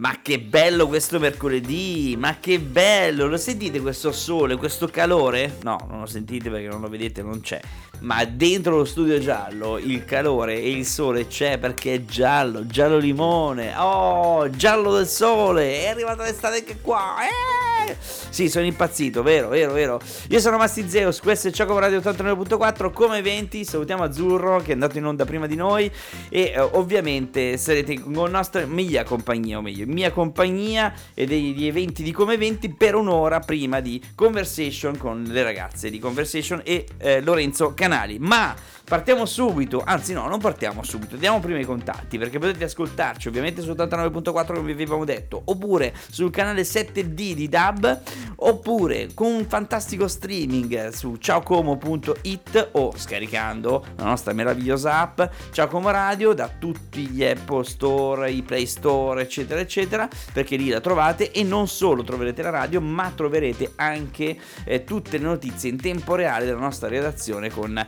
Ma che bello questo mercoledì, ma che bello, lo sentite questo sole, questo calore? No, non lo sentite perché non lo vedete, non c'è. Ma dentro lo studio giallo il calore e il sole c'è perché è giallo, giallo limone. Oh, giallo del sole, è arrivata l'estate anche qua. Sì, sono impazzito, vero. Io sono Masti Zeus, questo è Ciao Radio 89.4, come eventi salutiamo Azzurro che è andato in onda prima di noi e ovviamente sarete con nostra mia compagnia, o meglio, mia compagnia e degli eventi di come eventi per un'ora prima di Conversation con le ragazze di Conversation e Lorenzo Canali. Ma partiamo subito, anzi no, non partiamo subito, diamo prima i contatti perché potete ascoltarci ovviamente su 89.4 come vi avevamo detto, oppure sul canale 7D di DAB, oppure con un fantastico streaming su ciaocomo.it o scaricando la nostra meravigliosa app Ciao Como Radio da tutti gli Apple Store, i Play Store eccetera eccetera, perché lì la trovate e non solo troverete la radio ma troverete anche tutte le notizie in tempo reale della nostra redazione con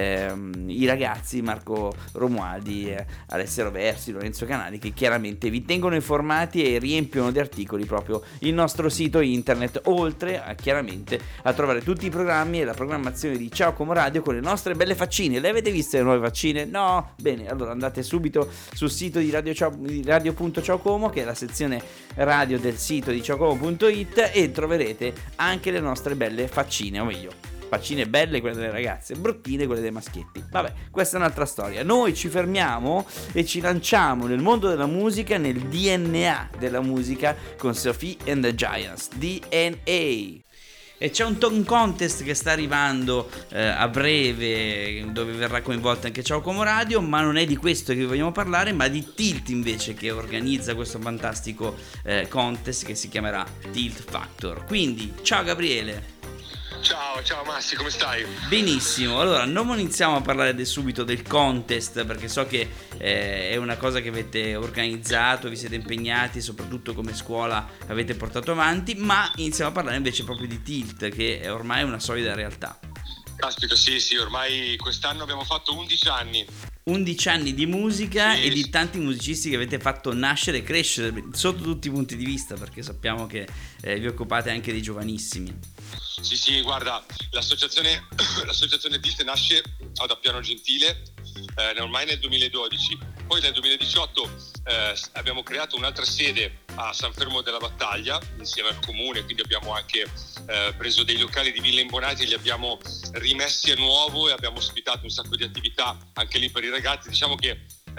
i ragazzi Marco Romualdi, Alessio Roversi, Lorenzo Canali, che chiaramente vi tengono informati e riempiono di articoli proprio il nostro sito internet, oltre a chiaramente a trovare tutti i programmi e la programmazione di Ciao Como Radio con le nostre belle faccine. Le avete viste le nuove faccine? No? Bene, allora andate subito sul sito di radio.ciaocomo, che è la sezione radio del sito di ciaocomo.it, e troverete anche le nostre belle faccine, o meglio faccine belle quelle delle ragazze, bruttine quelle dei maschietti. Vabbè, questa è un'altra storia. Noi ci fermiamo e ci lanciamo nel mondo della musica, nel DNA della musica con Sophie and the Giants, DNA. E c'è un contest che sta arrivando a breve, dove verrà coinvolta anche Ciao Como Radio, ma non è di questo che vi vogliamo parlare, ma di Tilt invece, che organizza questo fantastico contest che si chiamerà Tilt Factor. Quindi, ciao Gabriele. Ciao Massi, come stai? Benissimo, allora non iniziamo a parlare subito del contest perché so che è una cosa che avete organizzato, vi siete impegnati, soprattutto come scuola avete portato avanti, ma iniziamo a parlare invece proprio di Tilt, che è ormai una solida realtà. Caspita, sì, ormai quest'anno abbiamo fatto 11 anni. 11 anni di musica, sì, e di tanti musicisti che avete fatto nascere e crescere sotto tutti i punti di vista, perché sappiamo che vi occupate anche dei giovanissimi. Sì, guarda, l'associazione Tilt nasce ad Appiano Gentile ormai nel 2012, poi nel 2018 abbiamo creato un'altra sede a San Fermo della Battaglia insieme al comune, quindi abbiamo anche preso dei locali di Villa Imbonati e li abbiamo rimessi a nuovo e abbiamo ospitato un sacco di attività anche lì per i ragazzi. Diciamo che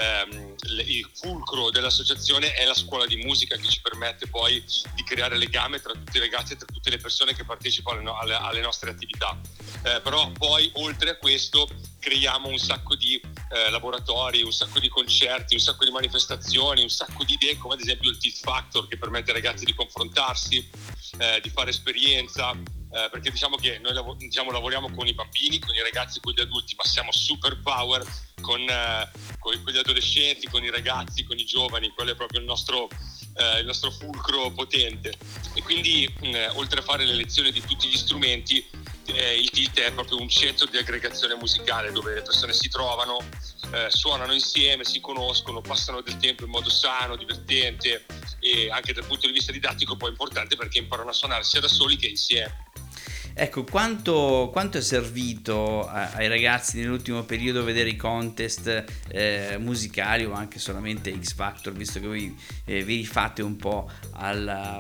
il fulcro dell'associazione è la scuola di musica, che ci permette poi di creare legame tra tutti i ragazzi e tra tutte le persone che partecipano alle nostre attività, però poi oltre a questo creiamo un sacco di laboratori, un sacco di concerti, un sacco di manifestazioni, un sacco di idee, come ad esempio il Tilt Factor, che permette ai ragazzi di confrontarsi, di fare esperienza, perché diciamo che noi lavoriamo con i bambini, con i ragazzi, con gli adulti, ma siamo super power con gli adolescenti, con i ragazzi, con i giovani. Quello è proprio il nostro fulcro potente. E quindi oltre a fare le lezioni di tutti gli strumenti, il Tilt è proprio un centro di aggregazione musicale dove le persone si trovano, suonano insieme, si conoscono, passano del tempo in modo sano, divertente, e anche dal punto di vista didattico poi è importante perché imparano a suonare sia da soli che insieme. Ecco, quanto è servito ai ragazzi nell'ultimo periodo vedere i contest musicali o anche solamente X Factor, visto che voi vi rifate un po' alla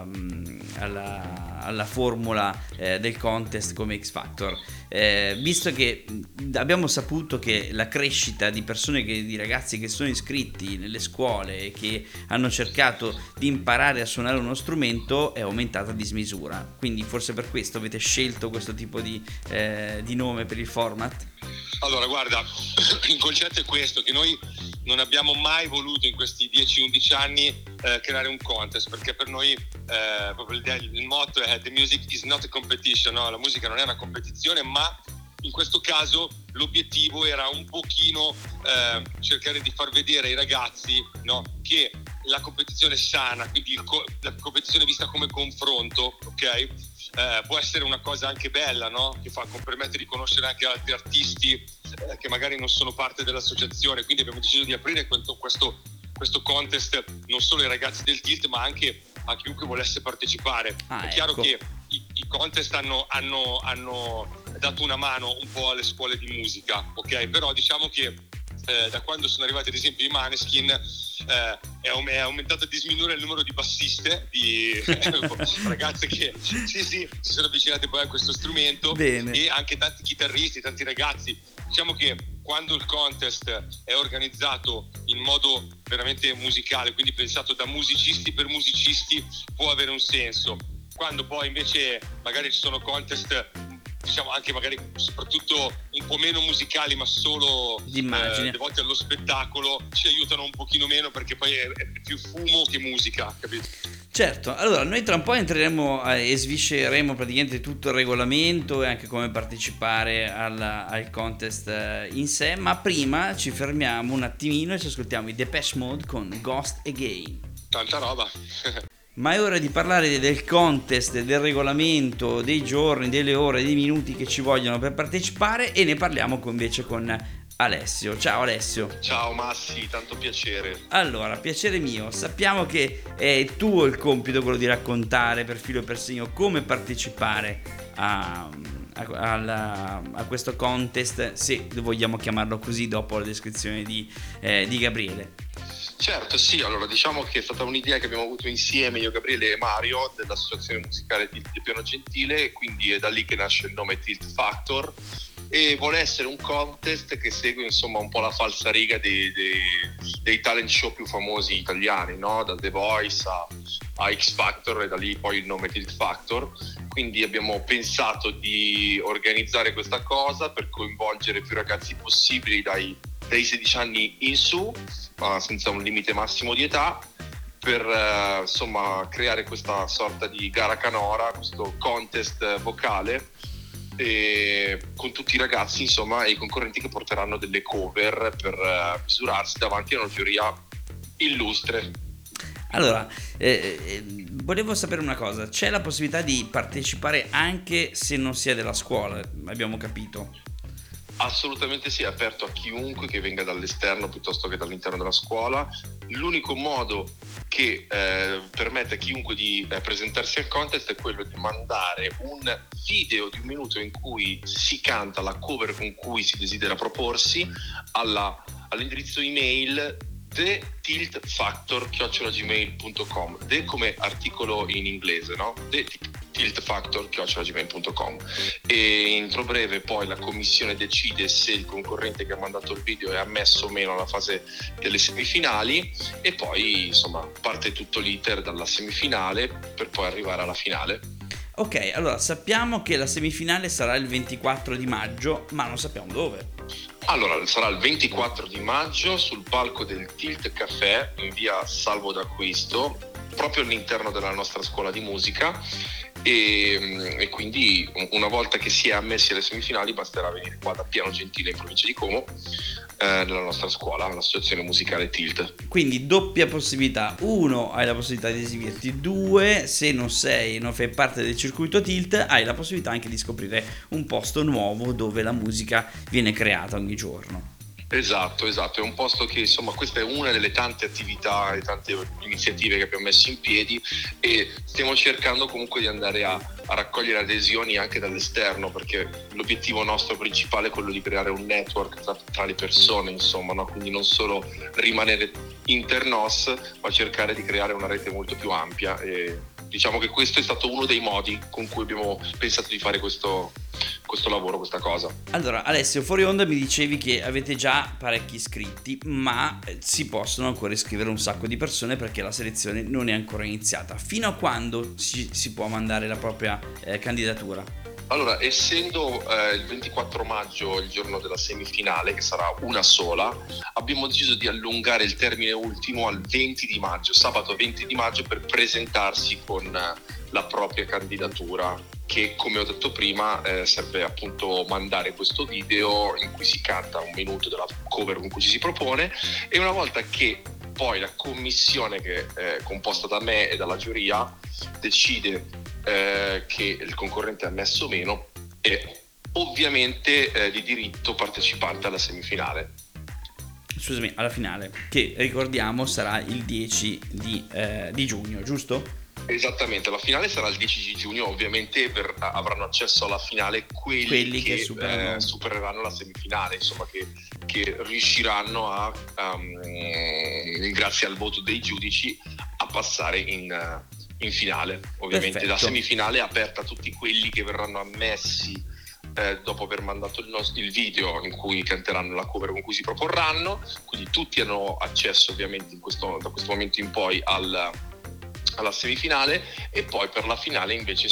formula del contest come X Factor, visto che abbiamo saputo che la crescita di persone, di ragazzi che sono iscritti nelle scuole e che hanno cercato di imparare a suonare uno strumento è aumentata a dismisura, quindi forse per questo avete scelto questo tipo di nome per il format? Allora guarda, il concetto è questo, che noi non abbiamo mai voluto in questi 10-11 anni creare un contest, perché per noi proprio il motto è The music is not a competition, no? La musica non è una competizione, ma in questo caso l'obiettivo era un pochino cercare di far vedere ai ragazzi, no, che la competizione è sana, quindi la competizione vista come confronto, ok? Può essere una cosa anche bella, no? Che permette di conoscere anche altri artisti che magari non sono parte dell'associazione, quindi abbiamo deciso di aprire questo questo contest non solo ai ragazzi del Tilt, ma anche a chiunque volesse partecipare. È chiaro che i contest hanno dato una mano un po' alle scuole di musica, ok? Però diciamo che da quando sono arrivati ad esempio i Maneskin è aumentato a disminuire il numero di bassiste, di ragazze che si sono avvicinate poi a questo strumento. Bene. E anche tanti chitarristi, tanti ragazzi. Diciamo che quando il contest è organizzato in modo veramente musicale, quindi pensato da musicisti per musicisti, può avere un senso. Quando poi invece magari ci sono contest, diciamo anche magari soprattutto un po' meno musicali, ma solo devoti allo spettacolo, ci aiutano un pochino meno, perché poi è più fumo che musica, capito? Certo, allora noi tra un po' entreremo e svisceremo praticamente tutto il regolamento e anche come partecipare al contest in sé, ma prima ci fermiamo un attimino e ci ascoltiamo i Depeche Mode con Ghost Again. Tanta roba. Ma è ora di parlare del contest, del regolamento, dei giorni, delle ore, dei minuti che ci vogliono per partecipare, e ne parliamo invece con Alessio. Ciao Alessio. Ciao Massi, tanto piacere. Allora, piacere mio. Sappiamo che è tuo il compito quello di raccontare per filo e per segno come partecipare a questo contest, se vogliamo chiamarlo così, dopo la descrizione di Gabriele. Certo, sì, allora diciamo che è stata un'idea che abbiamo avuto insieme io, Gabriele e Mario dell'associazione musicale Tilt di Piano Gentile, e quindi è da lì che nasce il nome Tilt Factor, e vuole essere un contest che segue insomma un po' la falsariga dei talent show più famosi italiani, no? Da The Voice a X Factor, e da lì poi il nome Tilt Factor. Quindi abbiamo pensato di organizzare questa cosa per coinvolgere più ragazzi possibili dai 16 anni in su, senza un limite massimo di età, per insomma creare questa sorta di gara canora, questo contest vocale, e con tutti i ragazzi insomma e i concorrenti che porteranno delle cover per misurarsi davanti a una giuria illustre. Allora, volevo sapere una cosa: c'è la possibilità di partecipare anche se non si è della scuola, abbiamo capito? Assolutamente sì, è aperto a chiunque che venga dall'esterno piuttosto che dall'interno della scuola. L'unico modo che permette a chiunque di presentarsi al contest è quello di mandare un video di 1 minuto in cui si canta la cover con cui si desidera proporsi all'indirizzo email thetiltfactor@gmail.com. The come articolo in inglese, no? thetiltfactor@gmail.com. E entro breve poi la commissione decide se il concorrente che ha mandato il video è ammesso o meno alla fase delle semifinali, e poi insomma parte tutto l'iter dalla semifinale per poi arrivare alla finale. Ok, allora sappiamo che la semifinale sarà il 24 di maggio, ma non sappiamo dove. Allora, sarà il 24 di maggio sul palco del Tilt Café in via Salvo d'Acquisto, proprio all'interno della nostra scuola di musica, e quindi una volta che si è ammessi alle semifinali basterà venire qua da Piano Gentile in provincia di Como, nella nostra scuola, l'associazione musicale Tilt. Quindi doppia possibilità: 1, hai la possibilità di esibirti; 2, se non fai parte del circuito Tilt, hai la possibilità anche di scoprire un posto nuovo dove la musica viene creata ogni giorno. Esatto, è un posto che insomma questa è una delle tante attività e tante iniziative che abbiamo messo in piedi, e stiamo cercando comunque di andare a raccogliere adesioni anche dall'esterno, perché l'obiettivo nostro principale è quello di creare un network tra le persone, insomma, no? Quindi non solo rimanere internos, ma cercare di creare una rete molto più ampia, e diciamo che questo è stato uno dei modi con cui abbiamo pensato di fare questo lavoro, questa cosa. Allora Alessio, fuori onda mi dicevi che avete già parecchi iscritti, ma si possono ancora iscrivere un sacco di persone perché la selezione non è ancora iniziata. Fino a quando si può mandare la propria candidatura? Allora, essendo il 24 maggio il giorno della semifinale, che sarà una sola, abbiamo deciso di allungare il termine ultimo al 20 di maggio, sabato 20 di maggio, per presentarsi con la propria candidatura, che come ho detto prima serve appunto mandare questo video in cui si canta 1 minuto della cover con cui ci si propone, e una volta che poi la commissione, che è composta da me e dalla giuria, decide che il concorrente è ammesso o meno, è ovviamente di diritto partecipante alla semifinale. scusami, alla finale, che ricordiamo sarà il 10 di giugno, giusto? Esattamente, la finale sarà il 10 di giugno, ovviamente avranno accesso alla finale quelli che supereranno la semifinale, insomma che riusciranno grazie al voto dei giudici, a passare in finale. Ovviamente Perfetto. La semifinale è aperta a tutti quelli che verranno ammessi dopo aver mandato il video in cui canteranno la cover con cui si proporranno, quindi tutti hanno accesso ovviamente da questo momento in poi alla semifinale, e poi per la finale invece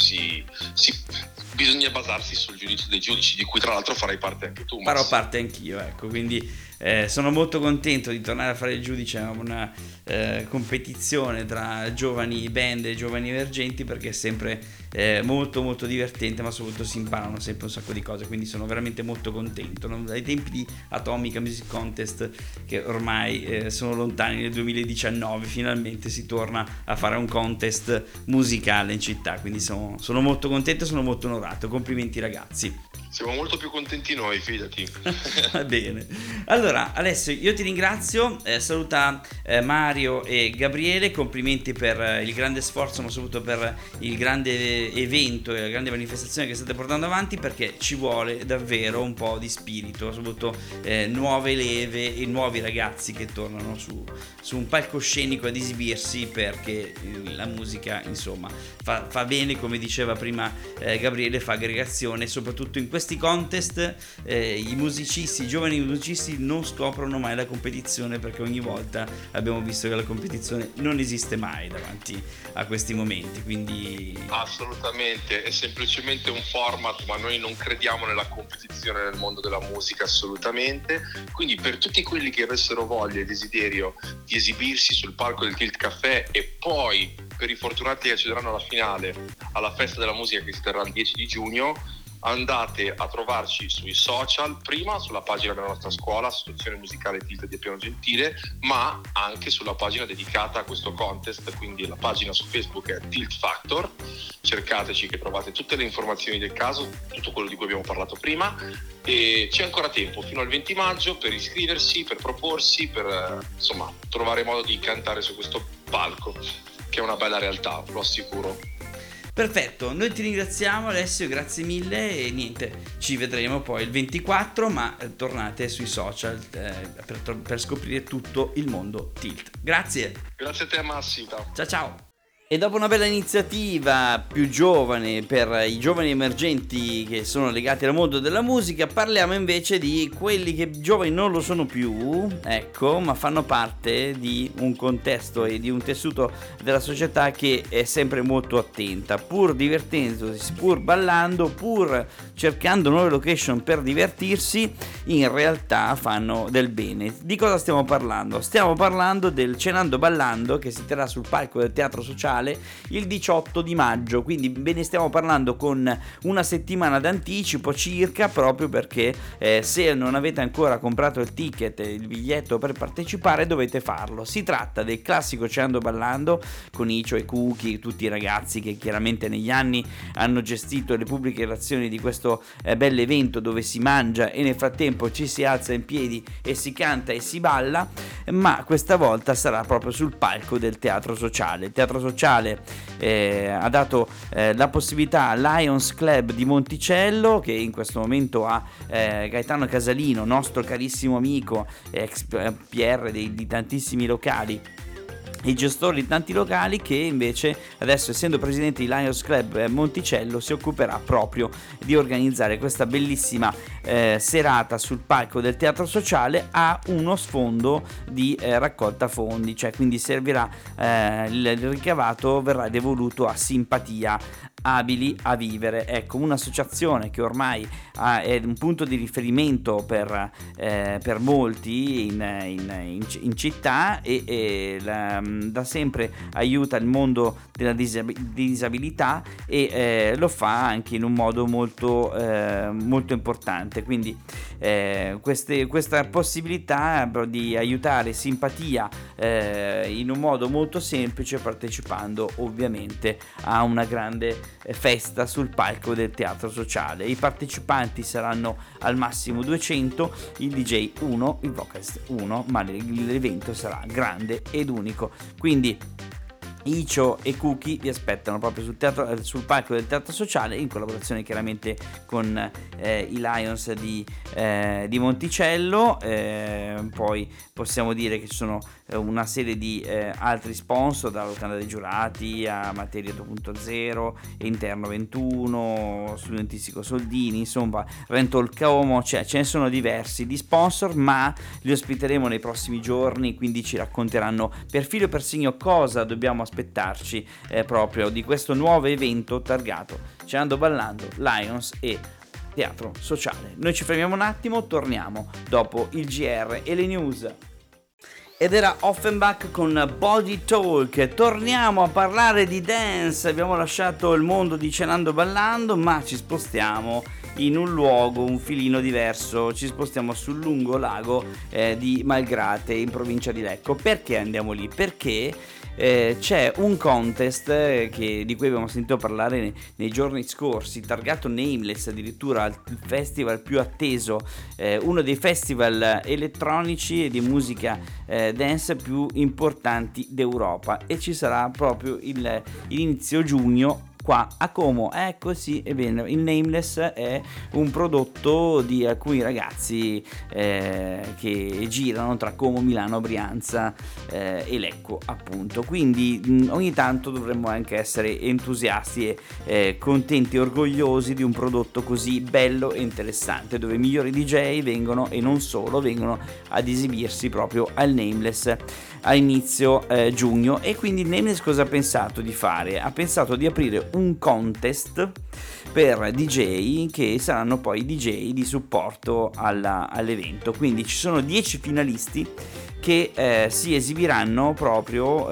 bisogna basarsi sul giudizio dei giudici, di cui tra l'altro farai parte anche tu, Massimo. Farò parte anch'io, ecco, quindi sono molto contento di tornare a fare il giudice a una competizione tra giovani band e giovani emergenti, perché è sempre molto molto divertente, ma soprattutto si imparano sempre un sacco di cose, quindi sono veramente molto contento. Dai tempi di Atomica Music Contest, che ormai sono lontani, nel 2019 finalmente si torna a fare un contest musicale in città, quindi sono molto contento, sono molto onorato. Complimenti ragazzi. Siamo molto più contenti noi, fidati. Va bene. Allora Alessio, io ti ringrazio, saluta Mario e Gabriele, complimenti per il grande sforzo, ma soprattutto per il grande evento e la grande manifestazione che state portando avanti, perché ci vuole davvero un po' di spirito, soprattutto nuove leve e nuovi ragazzi che tornano su un palcoscenico ad esibirsi, perché la musica insomma fa bene, come diceva prima Gabriele, fa aggregazione, soprattutto in questi contest i giovani musicisti non scoprono mai la competizione, perché ogni volta abbiamo visto che la competizione non esiste mai davanti a questi momenti, quindi assolutamente, è semplicemente un format, ma noi non crediamo nella competizione nel mondo della musica, assolutamente. Quindi per tutti quelli che avessero voglia e desiderio di esibirsi sul palco del Tilt Café, e poi per i fortunati che accederanno alla finale, alla festa della musica che si terrà il 10 di giugno, andate a trovarci sui social, prima sulla pagina della nostra scuola, Associazione Musicale Tilt di Appiano Gentile, ma anche sulla pagina dedicata a questo contest, quindi la pagina su Facebook è Tilt Factor, cercateci che trovate tutte le informazioni del caso, tutto quello di cui abbiamo parlato prima, e c'è ancora tempo fino al 20 maggio per iscriversi, per proporsi, per insomma trovare modo di cantare su questo palco, che è una bella realtà, lo assicuro. perfetto. Noi ti ringraziamo Alessio, grazie mille, e niente, ci vedremo poi il 24, ma tornate sui social per scoprire tutto il mondo Tilt. Grazie a te Massimo. ciao. E dopo una bella iniziativa più giovane per i giovani emergenti che sono legati al mondo della musica, parliamo invece di quelli che giovani non lo sono più, ecco, ma fanno parte di un contesto e di un tessuto della società che è sempre molto attenta, pur divertendosi, pur ballando, pur cercando nuove location per divertirsi, in realtà fanno del bene. Di cosa stiamo parlando? Stiamo parlando del Cenando Ballando, che si terrà sul palco del Teatro Sociale il 18 di maggio, quindi ve ne stiamo parlando con una settimana d'anticipo circa, proprio perché se non avete ancora comprato il ticket, il biglietto per partecipare, dovete farlo. Si tratta del classico Cenando Ballando con Icio e Cookie, tutti i ragazzi che chiaramente negli anni hanno gestito le pubbliche relazioni di questo bel evento, dove si mangia e nel frattempo ci si alza in piedi e si canta e si balla, ma questa volta sarà proprio sul palco del Teatro Sociale. Il Teatro Sociale ha dato la possibilità al Lions Club di Monticello, che in questo momento ha Gaetano Casalino, nostro carissimo amico, ex PR di tantissimi locali, i gestori di tanti locali, che invece adesso, essendo presidente di Lions Club Monticello, si occuperà proprio di organizzare questa bellissima serata sul palco del Teatro Sociale a uno sfondo di raccolta fondi, cioè quindi servirà il ricavato verrà devoluto a Simpatia Abili a Vivere, ecco, un'associazione che ormai è un punto di riferimento per molti in città, e da sempre aiuta il mondo della disabilità, e lo fa anche in un modo molto importante. Quindi questa possibilità di aiutare Simpatia in un modo molto semplice, partecipando ovviamente a una grande festa sul palco del Teatro Sociale. I partecipanti saranno al massimo 200, il DJ 1, il vocalist 1, ma l'evento sarà grande ed unico. Quindi Icio e Cookie vi aspettano proprio sul palco del Teatro Sociale, in collaborazione chiaramente con i Lions di Monticello. Poi possiamo dire che ci sono una serie di altri sponsor, dalla Locanda dei Giurati a Materia 2.0, Interno 21, Studentistico Soldini, insomma Rental Como, cioè ce ne sono diversi di sponsor, ma li ospiteremo nei prossimi giorni, quindi ci racconteranno per filo e per segno cosa dobbiamo aspettarci proprio di questo nuovo evento targato Cenando Ballando, Lions e Teatro Sociale. Noi ci fermiamo un attimo, torniamo dopo il GR e le news. Ed era Offenbach con Body Talk. Torniamo a parlare di dance. Abbiamo lasciato il mondo di Cenando Ballando, ma ci spostiamo in un luogo un filino diverso. Ci spostiamo sul lungo lago di Malgrate, in provincia di Lecco. Perché andiamo lì? Perché c'è un contest di cui abbiamo sentito parlare nei giorni scorsi, targato Nameless, addirittura il festival più atteso, uno dei festival elettronici e di musica dance più importanti d'Europa, e ci sarà proprio l'inizio giugno qua a Como. Ecco, sì, ebbene, il Nameless è un prodotto di alcuni ragazzi che girano tra Como, Milano, Brianza e Lecco, appunto. Quindi ogni tanto dovremmo anche essere entusiasti e contenti e orgogliosi di un prodotto così bello e interessante, dove i migliori DJ vengono, e non solo, vengono ad esibirsi proprio al Nameless a inizio giugno. E quindi Nameless cosa ha pensato di fare? Ha pensato di aprire un contest per DJ che saranno poi DJ di supporto all'evento. Quindi ci sono 10 finalisti che si esibiranno proprio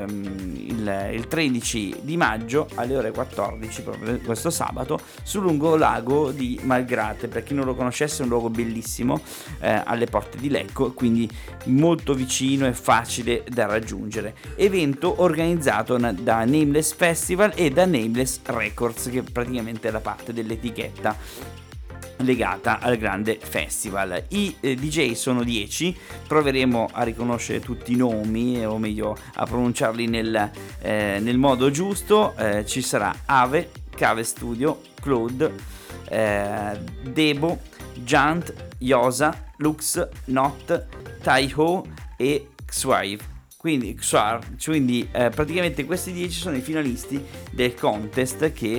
il 13 di maggio alle ore 14, proprio questo sabato, sul lungo lago di Malgrate. Per chi non lo conoscesse, è un luogo bellissimo alle porte di Lecco, quindi molto vicino e facile da raggiungere. Evento organizzato da Nameless Festival e da Nameless Records, che praticamente è la parte dell'etichetta legata al grande festival. I DJ sono 10, proveremo a riconoscere tutti i nomi, o meglio a pronunciarli nel modo giusto. Ci sarà Ave, Cave Studio, Claude, Debo, Jant, Yosa, Lux, Not, Taiho e Xwave. Quindi praticamente questi 10 sono i finalisti del contest che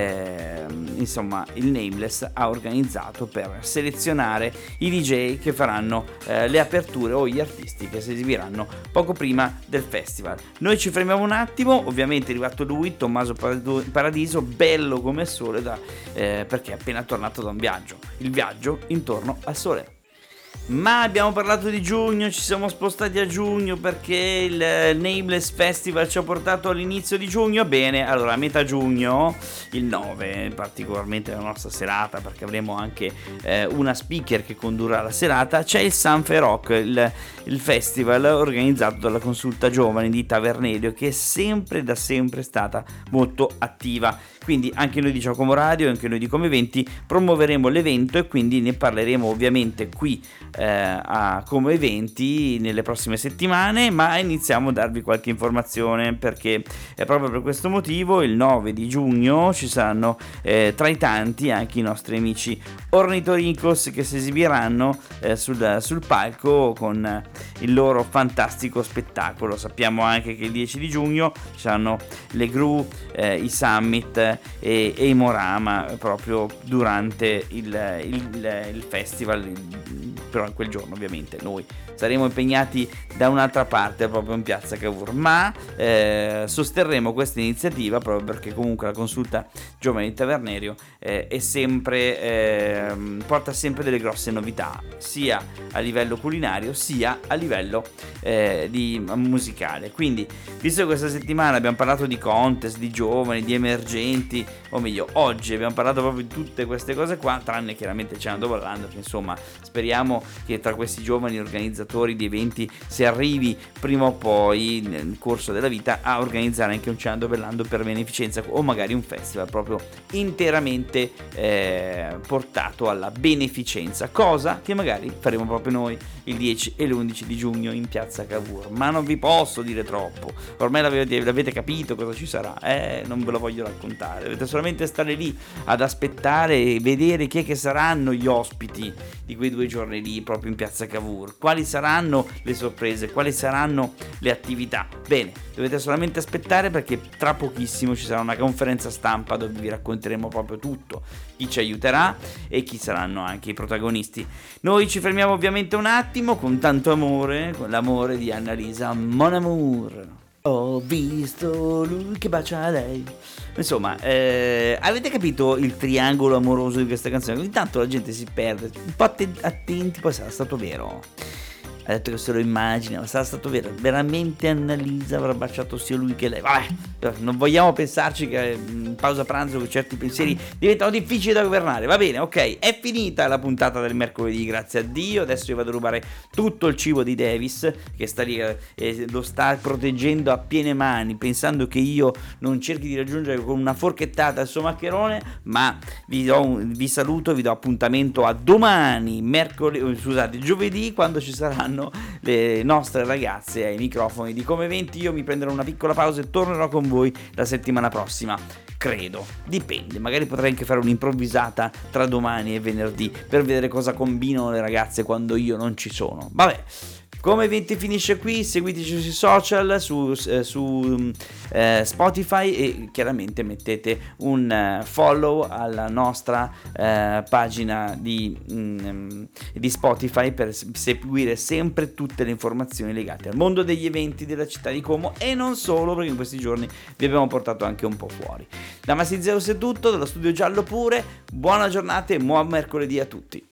insomma il Nameless ha organizzato per selezionare i DJ che faranno le aperture, o gli artisti che si esibiranno poco prima del festival. Noi ci fermiamo un attimo. Ovviamente è arrivato lui, Tommaso Paradiso, bello come il sole, perché è appena tornato da un viaggio, il viaggio intorno al sole. Ma abbiamo parlato di giugno, ci siamo spostati a giugno perché il Nameless Festival ci ha portato all'inizio di giugno. Bene, allora a metà giugno, il 9, particolarmente la nostra serata, perché avremo anche una speaker che condurrà la serata, c'è il Sanfe Rock, il festival organizzato dalla Consulta Giovani di Tavernerio, che è da sempre stata molto attiva. Quindi anche noi di Giacomo Radio, anche noi di Come Eventi promuoveremo l'evento, e quindi ne parleremo ovviamente qui a Come Eventi nelle prossime settimane, ma iniziamo a darvi qualche informazione, perché è proprio per questo motivo il 9 di giugno ci saranno tra i tanti anche i nostri amici Ornitoricos, che si esibiranno sul palco con il loro fantastico spettacolo. Sappiamo anche che il 10 di giugno ci saranno le Gru, i Summit e i Morama proprio durante il festival. Però in quel giorno ovviamente noi saremo impegnati da un'altra parte, proprio in piazza Cavour, ma sosterremo questa iniziativa proprio perché comunque la Consulta Giovani di Tavernerio è sempre porta sempre delle grosse novità, sia a livello culinario sia a livello di musicale. Quindi, visto che questa settimana abbiamo parlato di contest, di giovani, di emergenti, o meglio oggi abbiamo parlato proprio di tutte queste cose qua, tranne chiaramente Cenando Ballando, che insomma speriamo che tra questi giovani organizzatori di eventi si arrivi prima o poi nel corso della vita a organizzare anche un Celando Bellando per beneficenza, o magari un festival proprio interamente portato alla beneficenza, cosa che magari faremo proprio noi il 10 e l'11 di giugno in piazza Cavour. Ma non vi posso dire troppo, ormai l'avete capito cosa ci sarà, non ve lo voglio raccontare, dovete solamente stare lì ad aspettare e vedere chi è che saranno gli ospiti di quei 2 giorni lì proprio in piazza Cavour, quali saranno le sorprese, quali saranno le attività. Bene, dovete solamente aspettare, perché tra pochissimo ci sarà una conferenza stampa dove vi racconteremo proprio tutto, chi ci aiuterà e chi saranno anche i protagonisti. Noi ci fermiamo ovviamente un attimo con tanto amore, con l'amore di Annalisa Mon Amour. Ho visto lui che bacia lei. Insomma, avete capito il triangolo amoroso di questa canzone? Ogni tanto la gente si perde, un po' attenti, poi sarà stato vero. Ha detto che se lo immagina, ma sarà stato vero, veramente Annalisa avrà baciato sia lui che lei. Vabbè, non vogliamo pensarci che in pausa pranzo con certi pensieri diventano difficili da governare. Va bene, ok, è finita la puntata del mercoledì, grazie a Dio. Adesso io vado a rubare tutto il cibo di Davis, che sta lì, lo sta proteggendo a piene mani, pensando che io non cerchi di raggiungere con una forchettata il suo maccherone. Ma vi saluto, vi do appuntamento a domani, giovedì, quando ci saranno le nostre ragazze ai microfoni di Come 20. Io mi prenderò una piccola pausa e tornerò con voi la settimana prossima, credo, dipende, magari potrei anche fare un'improvvisata tra domani e venerdì per vedere cosa combinano le ragazze quando io non ci sono. Vabbè, Come 20 finisce qui, seguiteci sui social, su Spotify, e chiaramente mettete un follow alla nostra pagina di Spotify per seguire sempre tutte le informazioni legate al mondo degli eventi della città di Como, e non solo, perché in questi giorni vi abbiamo portato anche un po' fuori. Da Massi Zeus è tutto, dallo studio giallo pure, buona giornata e buon mercoledì a tutti.